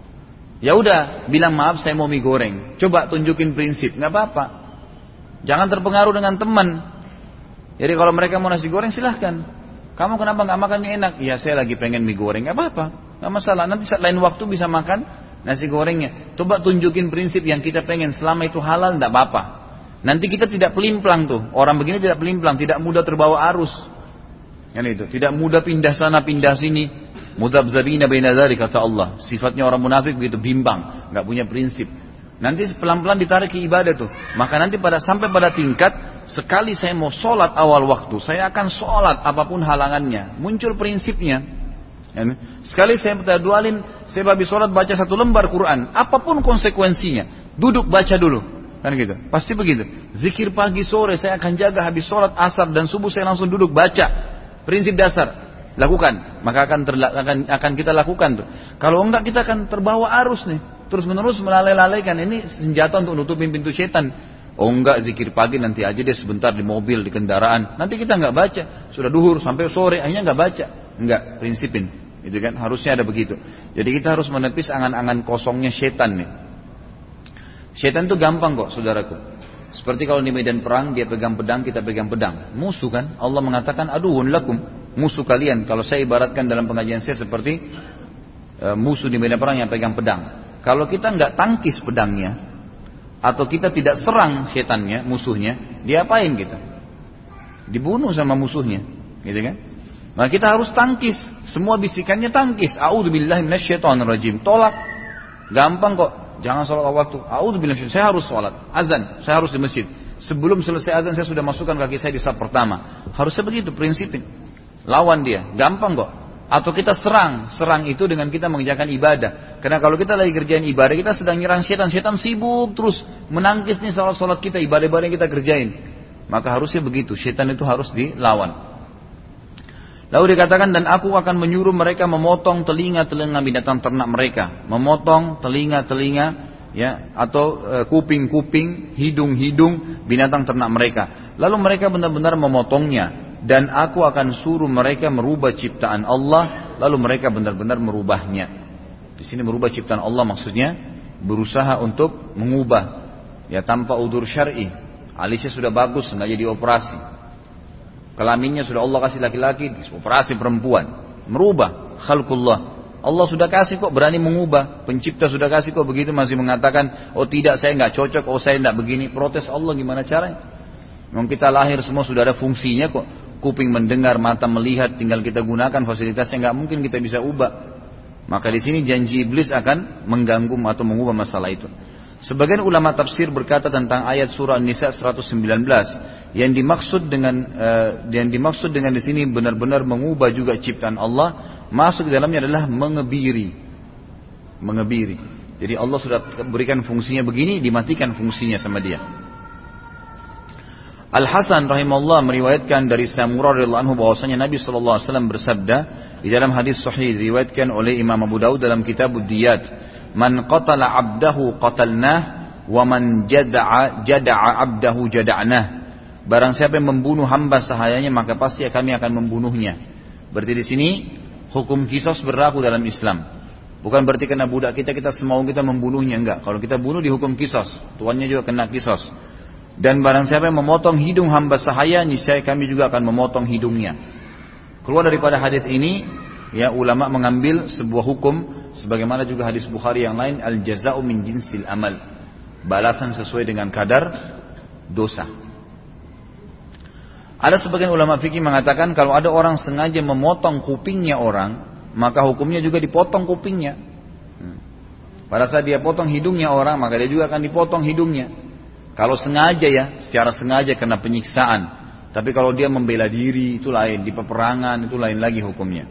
Ya udah, bilang maaf saya mau mie goreng. Coba tunjukin prinsip, gak apa-apa. Jangan terpengaruh dengan teman. Jadi kalau mereka mau nasi goreng silahkan. Kamu kenapa gak makan mie enak? Ya saya lagi pengen mie goreng, gak apa-apa, gak masalah. Nanti saat lain waktu bisa makan nasi gorengnya. Coba tunjukin prinsip yang kita pengen. Selama itu halal gak apa-apa. Nanti kita tidak pelimplang tuh. Orang begini tidak pelimplang, tidak mudah terbawa arus. Kan itu, tidak mudah pindah sana pindah sini. Mudzabzabina baina dzalika, kata Allah. Sifatnya orang munafik begitu, bimbang, enggak punya prinsip. Nanti pelan-pelan ditarik ke ibadah tuh. Maka nanti sampai pada tingkat sekali saya mau sholat awal waktu, saya akan sholat apapun halangannya. Muncul prinsipnya. Sekali saya bertadualin, saya habis sholat baca 1 lembar Quran, apapun konsekuensinya, duduk baca dulu. Kan gitu. Pasti begitu. Zikir pagi sore saya akan jaga, habis sholat asar dan subuh saya langsung duduk baca. Prinsip dasar. Lakukan, maka akan kita lakukan tuh. Kalau enggak kita akan terbawa arus nih, terus menerus melalaikan. Ini senjata untuk nutupin pintu setan. Oh enggak, zikir pagi nanti aja deh sebentar di mobil, di kendaraan. Nanti kita enggak baca, sudah duhur sampai sore akhirnya enggak baca. Enggak, prinsipin, itu kan harusnya ada begitu. Jadi kita harus menepis angan-angan kosongnya setan nih. Setan tuh gampang kok, saudaraku. Seperti kalau di medan perang dia pegang pedang, kita pegang pedang. Musuh kan? Allah mengatakan aduun lakum, musuh kalian. Kalau saya ibaratkan dalam pengajian saya seperti musuh di medan perang yang pegang pedang. Kalau kita nggak tangkis pedangnya, atau kita tidak serang setannya, musuhnya, dia apain kita? Dibunuh sama musuhnya, gitu kan? Maka kita harus tangkis. Semua bisikannya tangkis. A'udzubillahi minasyaitonirrajim. Tolak. Gampang kok. Jangan sholat waktu. A'udzubillahi, saya harus sholat. Azan, saya harus di masjid. Sebelum selesai azan saya sudah masukkan kaki saya di saf pertama. Harusnya begitu prinsipin. Lawan dia. Gampang kok. Atau kita serang. Serang itu dengan kita mengerjakan ibadah. Karena kalau kita lagi kerjain ibadah, kita sedang nyerang setan. Setan sibuk terus menangkis nih sholat-sholat kita, ibadah-ibadah yang kita kerjain. Maka harusnya begitu. Setan itu harus dilawan. Lalu dikatakan, dan aku akan menyuruh mereka memotong telinga-telinga binatang ternak mereka, memotong telinga-telinga, ya, atau kuping-kuping, hidung-hidung binatang ternak mereka. Lalu mereka benar-benar memotongnya, dan aku akan suruh mereka merubah ciptaan Allah, lalu mereka benar-benar merubahnya. Di sini merubah ciptaan Allah maksudnya berusaha untuk mengubah, ya, tanpa udzur syar'i. Alisnya sudah bagus, nggak jadi operasi. Kelaminnya sudah Allah kasih laki-laki, operasi perempuan. Merubah khalqullah. Allah sudah kasih kok, berani mengubah. Pencipta sudah kasih kok, begitu masih mengatakan, oh tidak, saya nggak cocok, oh saya nggak begini. Protes Allah, gimana caranya? Memang kita lahir semua sudah ada fungsinya kok. Kuping mendengar, mata melihat, tinggal kita gunakan fasilitasnya, nggak mungkin kita bisa ubah. Maka di sini janji iblis akan mengganggu atau mengubah masalah itu. Sebagian ulama tafsir berkata tentang ayat surah An-Nisa 119 yang dimaksud dengan di sini benar-benar mengubah juga ciptaan Allah, masuk di dalamnya adalah mengebiri. Mengebiri. Jadi Allah sudah berikan fungsinya begini, dimatikan fungsinya sama dia. Al-Hasan rahimahullah meriwayatkan dari Samurah radhiyallahu anhu bahwasanya Nabi sallallahu alaihi wasallam bersabda di dalam hadis sahih diriwayatkan oleh Imam Abu Daud dalam Kitabud Diyat, man qatala 'abdahu qatalnah wa man jada'a 'abdahu jada'nah. Barang siapa yang membunuh hamba sahayanya maka pasti kami akan membunuhnya. Berarti di sini hukum qisas berlaku dalam Islam. Bukan berarti kena budak kita semau kita membunuhnya, enggak. Kalau kita bunuh dihukum qisas, tuannya juga kena qisas. Dan barang siapa yang memotong hidung hamba sahaya, niscaya kami juga akan memotong hidungnya. Keluar daripada hadis ini, ya, ulama mengambil sebuah hukum sebagaimana juga hadis Bukhari yang lain, al-jaza'u min jinsil amal. Balasan sesuai dengan kadar dosa. Ada sebagian ulama fikih mengatakan kalau ada orang sengaja memotong kupingnya orang, maka hukumnya juga dipotong kupingnya. Pada saat dia potong hidungnya orang, maka dia juga akan dipotong hidungnya. Kalau sengaja, ya, secara sengaja kena penyiksaan. Tapi kalau dia membela diri itu lain, di peperangan itu lain lagi hukumnya.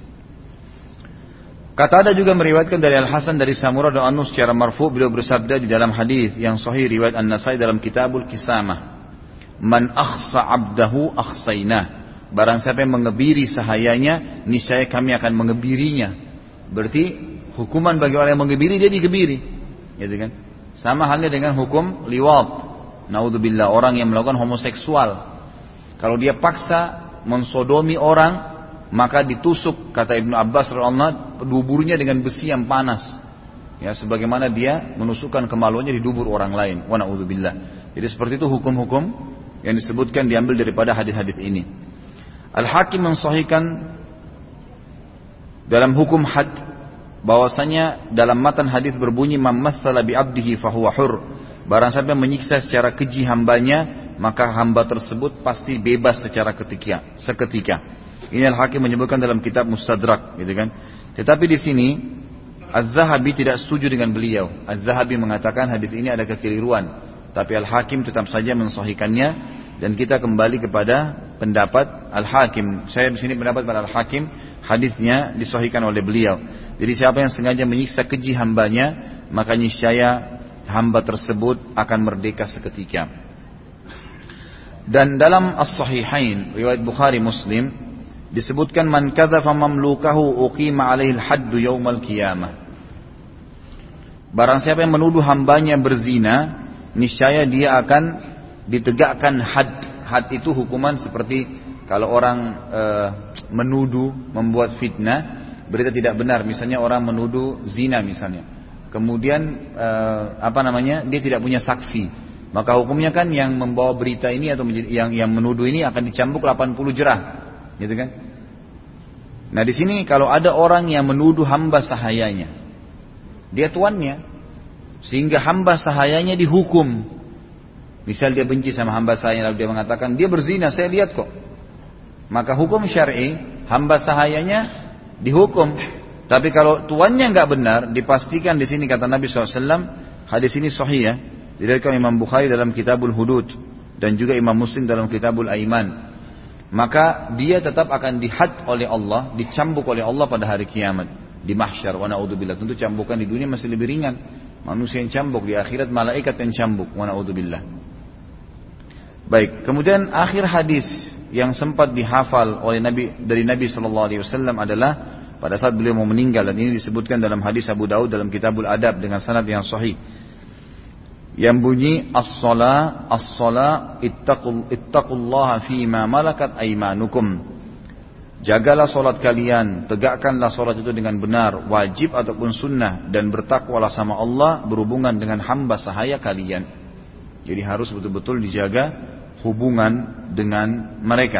Qatada juga meriwayatkan dari Al-Hasan dari Samurah dan Anus secara marfu, beliau bersabda di dalam hadis yang sahih riwayat An-Nasai dalam Kitabul Kisamah, man akhsa 'abdahu akhsainah. Barang siapa yang mengebiri sahayanya, niscaya kami akan mengebirinya. Berarti hukuman bagi orang yang mengebiri, dia digebiri, gitu kan? Sama halnya dengan hukum liwat. Naudzubillah, orang yang melakukan homoseksual. Kalau dia paksa mensodomi orang, maka ditusuk, kata Ibnu Abbas radhiyallahu anhu, duburnya dengan besi yang panas. Ya, sebagaimana dia menusukkan kemaluannya di dubur orang lain. Wa naudzubillah. Jadi seperti itu hukum-hukum yang disebutkan diambil daripada hadis-hadis ini. Al-Hakim mensahihkan dalam hukum had bahwasanya dalam matan hadis berbunyi man matsala bi 'abdihi fahuwa hur. Barang siapa yang menyiksa secara keji hambanya, maka hamba tersebut pasti bebas secara seketika. Ini Al-Hakim menyebutkan dalam kitab Mustadrak, gitu kan. Tetapi di sini Az-Zahabi tidak setuju dengan beliau. Az-Zahabi mengatakan hadis ini ada kekeliruan, tapi Al-Hakim tetap saja mensahihkannya, dan kita kembali kepada pendapat Al-Hakim. Saya di sini pendapat pada Al-Hakim, hadisnya disahihkan oleh beliau. Jadi siapa yang sengaja menyiksa keji hambanya, maka niscaya hamba tersebut akan merdeka seketika. Dan dalam As-Sahihain riwayat Bukhari Muslim disebutkan man kadzafa mamlukahu uqima alaihi al-haddu yaumal qiyamah. Barang siapa yang menuduh hambanya berzina, niscaya dia akan ditegakkan had. Had itu hukuman seperti kalau orang menuduh, membuat fitnah, berita tidak benar. Misalnya orang menuduh zina misalnya. Kemudian dia tidak punya saksi, maka hukumnya kan yang membawa berita ini atau yang menuduh ini akan dicambuk 80 jerah, gitu kan? Nah di sini kalau ada orang yang menuduh hamba sahayanya, dia tuannya, sehingga hamba sahayanya dihukum. Misal dia benci sama hamba sahaya lalu dia mengatakan dia berzina, saya lihat kok. Maka hukum syar'i hamba sahayanya dihukum. Tapi kalau tuannya nggak benar, dipastikan di sini kata Nabi SAW, hadis ini sahih ya, diriwayatkan Imam Bukhari dalam Kitabul Hudud dan juga Imam Muslim dalam Kitabul Aiman. Maka dia tetap akan dihad oleh Allah, dicambuk oleh Allah pada hari kiamat di mahsyar. Wa na'udzubillah. Tentu cambukan di dunia masih lebih ringan, manusia yang cambuk, di akhirat malaikat yang cambuk. Wa na'udzubillah. Baik, kemudian akhir hadis yang sempat dihafal oleh dari Nabi SAW adalah pada saat beliau mau meninggal, dan ini disebutkan dalam hadis Abu Daud dalam Kitabul Adab dengan sanad yang sahih, yang bunyi as-salah ittaqullaha fima malakat aymanukum. Jagalah salat kalian, tegakkanlah salat itu dengan benar, wajib ataupun sunnah, dan bertakwalah sama Allah berhubungan dengan hamba sahaya kalian. Jadi harus betul-betul dijaga hubungan dengan mereka.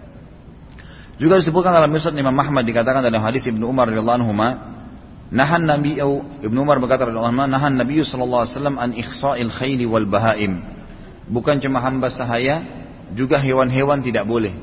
Juga disebutkan dalam Musnad Imam Ahmad, dikatakan dalam hadis Ibnu Umar radhiyallahu anhu, nahan Nabi Ibnu Umar berkata radhiyallahu anhu, nahan Nabi sallallahu alaihi wasallam an ikhsa'il khayli wal bahaim. Bukan cuma hamba sahaya, juga hewan-hewan tidak boleh.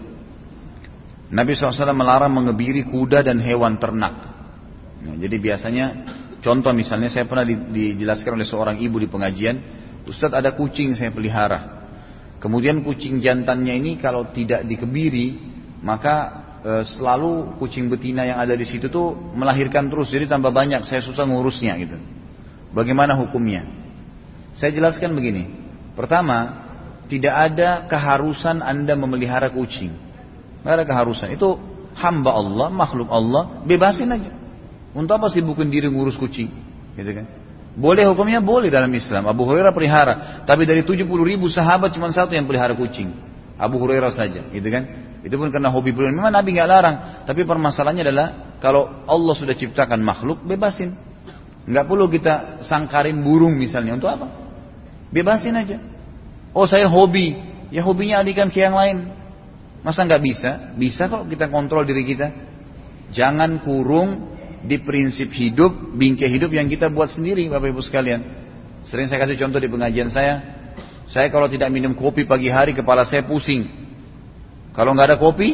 Nabi SAW melarang mengebiri kuda dan hewan ternak. Nah, jadi biasanya contoh misalnya saya pernah dijelaskan oleh seorang ibu di pengajian, Ustadz ada kucing saya pelihara. Kemudian kucing jantannya ini kalau tidak dikebiri, maka selalu kucing betina yang ada di situ tuh melahirkan terus, jadi tambah banyak, saya susah ngurusnya gitu. Bagaimana hukumnya? Saya jelaskan begini. Pertama, tidak ada keharusan Anda memelihara kucing. Tidak ada keharusan. Itu hamba Allah, makhluk Allah, bebasin aja. Untuk apa sibukin diri ngurus kucing? Gitu kan? Boleh hukumnya? Boleh dalam Islam. Abu Hurairah pelihara, tapi dari 70.000 sahabat cuma satu yang pelihara kucing, Abu Hurairah saja, gitu kan? Itu pun karena hobi beliau. Memang Nabi nggak larang, tapi permasalahannya adalah kalau Allah sudah ciptakan makhluk, bebasin. Nggak perlu kita sangkarin burung misalnya, untuk apa? Bebasin aja. Oh saya hobi, ya hobinya alihkan ke yang lain. Masa nggak bisa? Bisa kok kita kontrol diri kita. Jangan kurung di prinsip hidup, bingkai hidup yang kita buat sendiri, Bapak Ibu sekalian. Sering saya kasih contoh di pengajian saya kalau tidak minum kopi pagi hari kepala saya pusing. Kalau nggak ada kopi,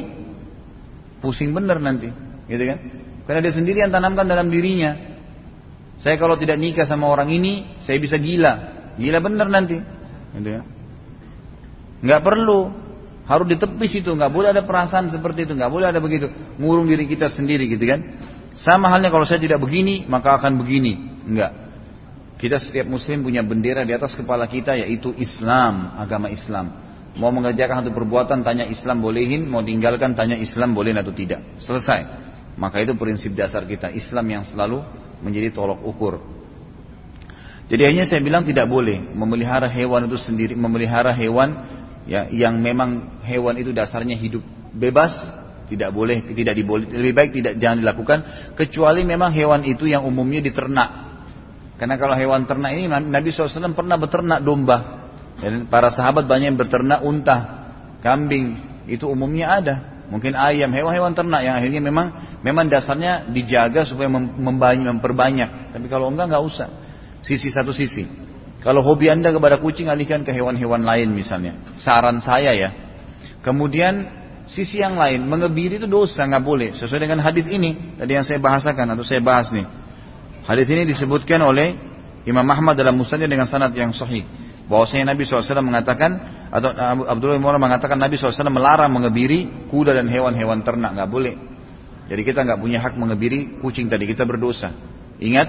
pusing bener nanti, gitu kan? Karena dia sendiri yang tanamkan dalam dirinya. Saya kalau tidak nikah sama orang ini, saya bisa gila bener nanti, gitu kan? Nggak perlu, harus ditepis itu, nggak boleh ada perasaan seperti itu, nggak boleh ada begitu, ngurung diri kita sendiri, gitu kan? Sama halnya kalau saya tidak begini, maka akan begini, enggak. Kita setiap muslim punya bendera di atas kepala kita, yaitu Islam, agama Islam. Mau mengerjakan satu perbuatan, tanya Islam bolehin, mau tinggalkan, tanya Islam bolehin atau tidak. Selesai. Maka itu prinsip dasar kita, Islam yang selalu menjadi tolok ukur. Jadi akhirnya saya bilang tidak boleh memelihara hewan itu sendiri, memelihara hewan ya, yang memang hewan itu dasarnya hidup bebas, tidak boleh, tidak diboleh, lebih baik jangan dilakukan, kecuali memang hewan itu yang umumnya diternak. Karena kalau hewan ternak ini, Nabi SAW pernah beternak domba. Dan para sahabat banyak yang beternak unta, kambing, itu umumnya ada. Mungkin ayam, hewan-hewan ternak yang akhirnya memang dasarnya dijaga supaya memperbanyak. Tapi kalau enggak usah. Satu sisi. Kalau hobi Anda kepada kucing, alihkan ke hewan-hewan lain misalnya. Saran saya ya. Kemudian sisi yang lain, mengebiri itu dosa, nggak boleh. Sesuai dengan hadis ini tadi yang saya bahasakan atau saya bahas nih. Hadis ini disebutkan oleh Imam Ahmad dalam Musnadnya dengan sanad yang sahih. Bahwasanya Nabi SAW mengatakan, atau Abdullah bin Umar mengatakan Nabi SAW melarang mengebiri kuda dan hewan-hewan ternak, nggak boleh. Jadi kita nggak punya hak mengebiri kucing tadi, kita berdosa. Ingat,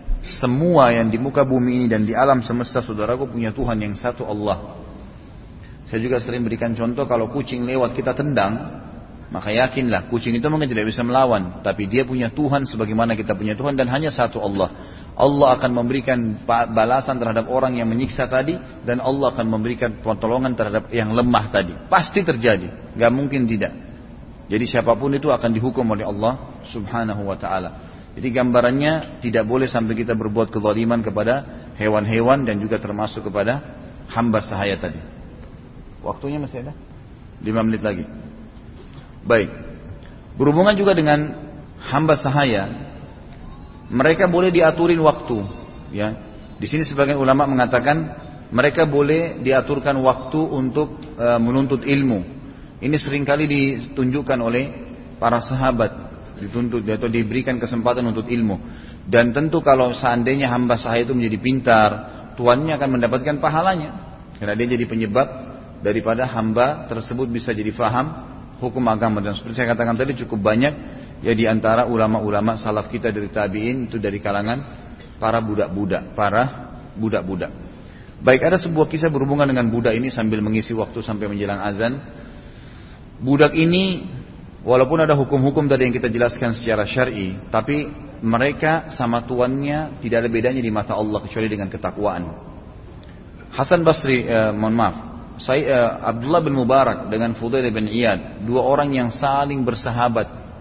semua yang di muka bumi ini dan di alam semesta saudaraku punya Tuhan yang satu, Allah. Saya juga sering berikan contoh, kalau kucing lewat kita tendang, maka yakinlah kucing itu mungkin tidak bisa melawan, tapi dia punya Tuhan sebagaimana kita punya Tuhan, dan hanya satu Allah. Allah akan memberikan balasan terhadap orang yang menyiksa tadi, dan Allah akan memberikan pertolongan terhadap yang lemah tadi. Pasti terjadi, gak mungkin tidak. Jadi siapapun itu akan dihukum oleh Allah Subhanahu wa ta'ala. Jadi gambarannya tidak boleh sampai kita berbuat kezaliman kepada hewan-hewan dan juga termasuk kepada hamba sahaya tadi. Waktunya masih ada 5 menit lagi. Baik. Berhubungan juga dengan hamba sahaya, mereka boleh diaturin waktu, ya. Di sini sebagian ulama mengatakan mereka boleh diaturkan waktu untuk menuntut ilmu. Ini seringkali ditunjukkan oleh para sahabat, dituntut atau diberikan kesempatan untuk ilmu. Dan tentu kalau seandainya hamba sahaya itu menjadi pintar, tuannya akan mendapatkan pahalanya, karena dia jadi penyebab daripada hamba tersebut bisa jadi faham hukum agama. Dan seperti saya katakan tadi cukup banyak ya di antara ulama-ulama salaf kita dari tabi'in itu dari kalangan para budak-budak. Baik, ada sebuah kisah berhubungan dengan budak ini sambil mengisi waktu sampai menjelang azan. Budak ini walaupun ada hukum-hukum tadi yang kita jelaskan secara syar'i, tapi mereka sama tuannya tidak ada bedanya di mata Allah kecuali dengan ketakwaan. Hasan Basri, Abdullah bin Mubarak dengan Fudail bin Iyad, dua orang yang saling bersahabat.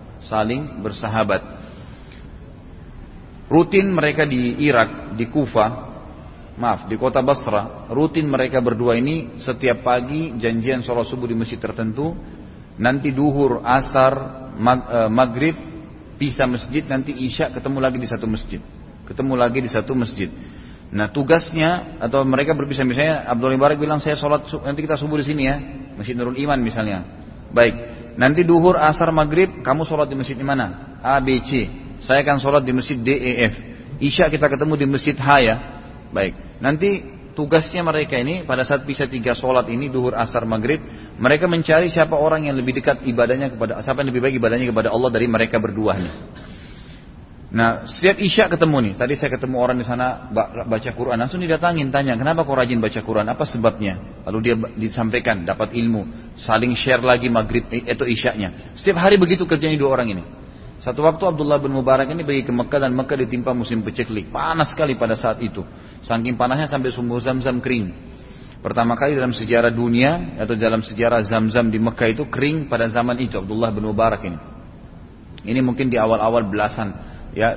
Rutin mereka di Irak, di di kota Basra, rutin mereka berdua ini setiap pagi janjian sholat subuh di masjid tertentu, nanti duhur, asar, maghrib, pisah masjid, nanti isya ketemu lagi di satu masjid. Nah tugasnya atau mereka berpisah, misalnya Abdullah bin Mubarak bilang saya sholat nanti kita subuh di sini ya, Masjid Nurul Iman misalnya. Baik, nanti duhur, asar, maghrib kamu sholat di masjid di mana? A, B, C. Saya akan sholat di masjid D, E, F. Isya kita ketemu di masjid H ya. Baik, nanti tugasnya mereka ini pada saat pisah 3 sholat ini duhur, asar, maghrib, mereka mencari siapa orang yang lebih dekat ibadahnya kepada, siapa yang lebih baik ibadahnya kepada Allah dari mereka berdua nih. Nah, setiap isya ketemu nih. Tadi saya ketemu orang di sana baca Quran, langsung didatangin tanya, "Kenapa kau rajin baca Quran? Apa sebabnya?" Lalu dia disampaikan, dapat ilmu, saling share lagi maghrib atau isyanya. Setiap hari begitu kerjanya dua orang ini. Satu waktu Abdullah bin Mubarak ini pergi ke Mekah dan Mekah ditimpa musim paceklik. Panas sekali pada saat itu. Saking panasnya sampai sumur Zam-Zam kering. Pertama kali dalam sejarah dunia atau dalam sejarah Zam-Zam di Mekah itu kering pada zaman itu Abdullah bin Mubarak ini. Ini mungkin di awal-awal belasan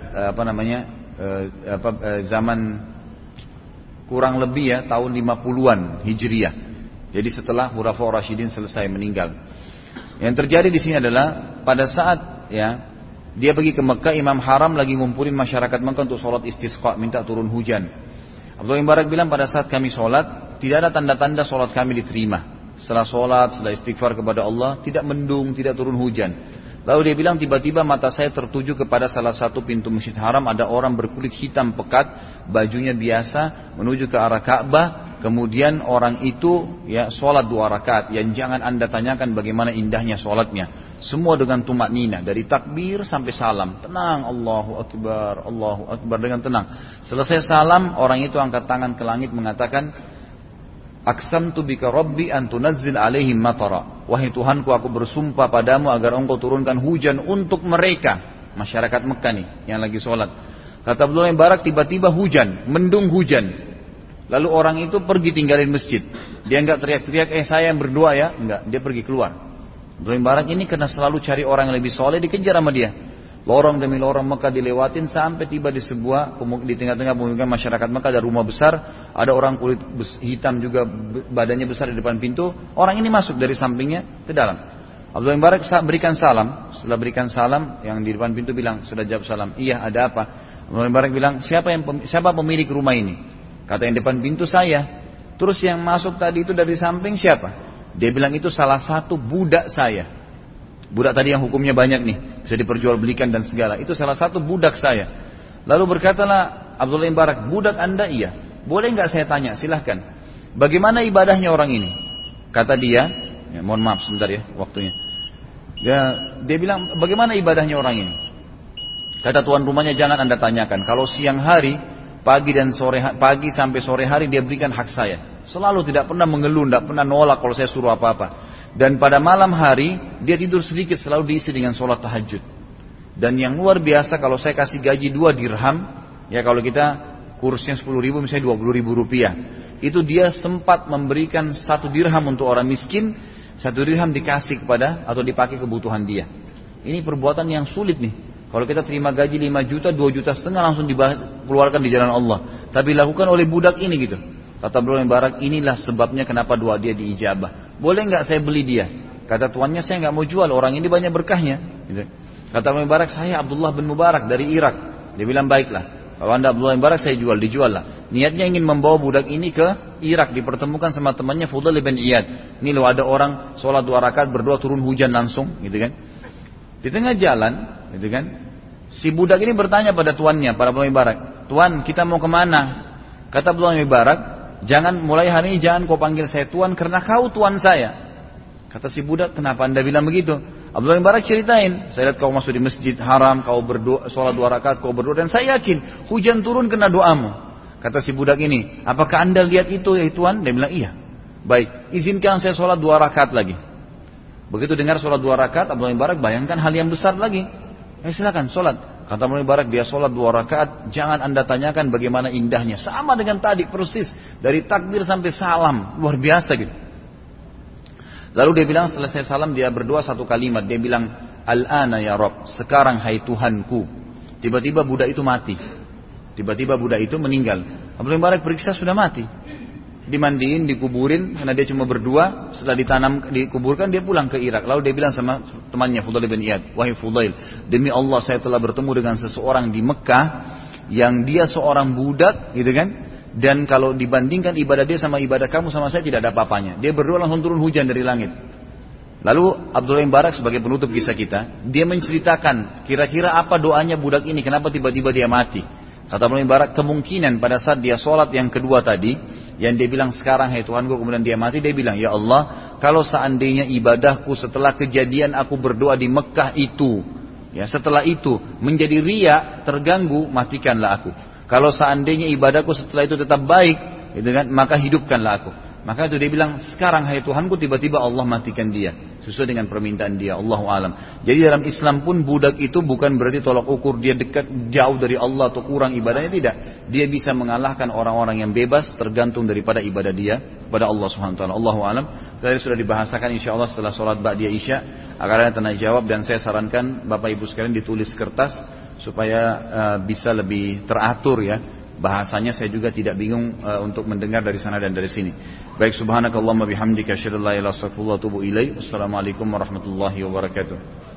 zaman kurang lebih ya tahun 50-an Hijriah. Jadi setelah Khulafaur Rasyidin selesai meninggal. Yang terjadi di sini adalah pada saat ya dia pergi ke Mekah, Imam Haram lagi ngumpulin masyarakat Mekah untuk sholat istisqa, minta turun hujan. Abdullah bin Mubarak bilang pada saat kami sholat tidak ada tanda-tanda sholat kami diterima. Setelah sholat, setelah istighfar kepada Allah, tidak mendung, tidak turun hujan. Lalu dia bilang tiba-tiba mata saya tertuju kepada salah satu pintu Masjid Haram, ada orang berkulit hitam pekat, bajunya biasa menuju ke arah Ka'bah. Kemudian orang itu ya sholat 2 rakaat. Yang jangan anda tanyakan bagaimana indahnya sholatnya. Semua dengan tumaknina, dari takbir sampai salam, tenang, Allahu Akbar dengan tenang. Selesai salam, orang itu angkat tangan ke langit mengatakan, "Aqsamtu bika Rabbi an tunazzil alaihim matara." Wahai Tuhanku, aku bersumpah padamu agar engkau turunkan hujan untuk mereka, masyarakat Mekah nih yang lagi sholat. Kata Abdullah bin Mubarak, tiba-tiba hujan, mendung hujan. Lalu orang itu pergi tinggalin masjid. Dia enggak teriak-teriak, saya yang berdoa ya, enggak, dia pergi keluar. Abdullah bin Mubarak ini karena selalu cari orang yang lebih soleh, dikejar sama dia. Lorong demi lorong Mekah dilewatin sampai tiba di di tengah-tengah pemukiman masyarakat Mekah ada rumah besar, ada orang kulit hitam juga badannya besar di depan pintu. Orang ini masuk dari sampingnya ke dalam. Abdullah bin Mubarak berikan salam. Setelah berikan salam, yang di depan pintu bilang, "Sudah jawab salam?" "Iya, ada apa?" Abdullah bin Mubarak bilang, "Siapa pemilik rumah ini?" Kata yang depan pintu, "Saya." "Terus yang masuk tadi itu dari samping siapa?" Dia bilang, "Itu salah satu budak saya." Budak tadi yang hukumnya banyak nih, bisa diperjualbelikan dan segala. Itu salah satu budak saya. Lalu berkatalah Abdullah bin Mubarak, "Budak anda?" "Iya." "Boleh nggak saya tanya?" "Silahkan." "Bagaimana ibadahnya orang ini?" Kata dia, mohon maaf sebentar ya waktunya. Dia bilang, "Bagaimana ibadahnya orang ini?" Kata tuan rumahnya, "Jangan anda tanyakan. Kalau siang hari, pagi sampai sore hari dia berikan hak saya. Selalu tidak pernah mengeluh, tidak pernah nolak kalau saya suruh apa-apa. Dan pada malam hari dia tidur sedikit, selalu diisi dengan sholat tahajud. Dan yang luar biasa kalau saya kasih gaji 2 dirham, ya kalau kita kursnya 10.000 misalnya 20.000 rupiah, itu dia sempat memberikan 1 dirham untuk orang miskin, 1 dirham dikasih kepada atau dipakai kebutuhan dia. Ini perbuatan yang sulit nih. Kalau kita terima gaji 5 juta, 2,5 juta langsung dikeluarkan di jalan Allah. Tapi dilakukan oleh budak ini gitu. Kata Abdullah bin Mubarak, inilah sebabnya kenapa doa dia diijabah. Boleh nggak saya beli dia? Kata tuannya, saya nggak mau jual, orang ini banyak berkahnya. Gitu. Kata Abdullah bin Mubarak, saya Abdullah bin Mubarak dari Irak. Dia bilang, baiklah. Kalau anda Abdullah bin Mubarak, saya jual, dijual lah. Niatnya ingin membawa budak ini ke Irak, dipertemukan sama temannya Fudail bin Iyad. Ini loh ada orang sholat 2 rakaat berdoa turun hujan langsung, gitu kan? Di tengah jalan, gitu kan? Si budak ini bertanya pada tuannya, pada Abdullah bin Mubarak, Tuan, kita mau kemana? Kata Abdullah bin Mubarak, jangan mulai hari ini jangan kau panggil saya tuan karena kau tuan saya. Kata si budak, kenapa anda bilang begitu? Abdullah bin Mubarak ceritain, saya lihat kau masuk di masjid haram, kau berdoa, sholat 2 rakaat, kau berdoa, dan saya yakin hujan turun kena doamu. Kata si budak ini, apakah anda lihat itu ya tuan? Dia bilang iya. Baik, izinkan saya sholat 2 rakaat lagi. Begitu dengar sholat 2 rakaat, Abdullah bin Mubarak bayangkan hal yang besar lagi. Silakan sholat. Kata Abdullah bin Mubarak, dia sholat 2 rakaat, jangan anda tanyakan bagaimana indahnya. Sama dengan tadi persis, dari takbir sampai salam, luar biasa gitu. Lalu dia bilang setelah saya salam, dia berdoa 1 kalimat, dia bilang, Al-ana ya Rabb, sekarang hai Tuhanku. Tiba-tiba budak itu mati. Tiba-tiba budak itu meninggal. Abdullah bin Mubarak periksa sudah mati. Dimandiin, dikuburin, karena dia cuma berdua. Setelah dikuburkan, dia pulang ke Irak. Lalu dia bilang sama temannya Fudail bin Iyad, wahai Fudail, demi Allah saya telah bertemu dengan seseorang di Mekah yang dia seorang budak, gitu kan? Dan kalau dibandingkan ibadah dia sama ibadah kamu sama saya tidak ada apa-apanya. Dia berdoa langsung turun hujan dari langit. Lalu Abdullah bin Mubarak sebagai penutup kisah kita, dia menceritakan kira-kira apa doanya budak ini, kenapa tiba-tiba dia mati. Kata Abdullah bin Mubarak, kemungkinan pada saat dia sholat yang kedua tadi, yang dia bilang sekarang hai Tuhanku, kemudian dia mati, dia bilang, ya Allah, kalau seandainya ibadahku setelah kejadian aku berdoa di Mekah itu, ya setelah itu menjadi riya, terganggu, matikanlah aku. Kalau seandainya ibadahku setelah itu tetap baik, gitu kan, maka hidupkanlah aku. Maka itu dia bilang, sekarang hai Tuhanku, tiba-tiba Allah matikan dia. Sesuai dengan permintaan dia, Allahu alam. Jadi dalam Islam pun budak itu bukan berarti tolak ukur dia dekat jauh dari Allah atau kurang ibadahnya, tidak. Dia bisa mengalahkan orang-orang yang bebas tergantung daripada ibadah dia kepada Allah Subhanahu wa taala. Allahu alam. Tadi sudah dibahasakan insyaallah setelah sholat ba'diyah Isya akan ada tanya jawab, dan saya sarankan Bapak Ibu sekalian ditulis kertas supaya bisa lebih teratur ya. Bahasanya saya juga tidak bingung untuk mendengar dari sana dan dari sini. Baik, subhanakallahumma bihamdika asyhadu an la ilaha illa anta astaghfiruka wa atubu ilaik. Wassalamualaikum warahmatullahi wabarakatuh.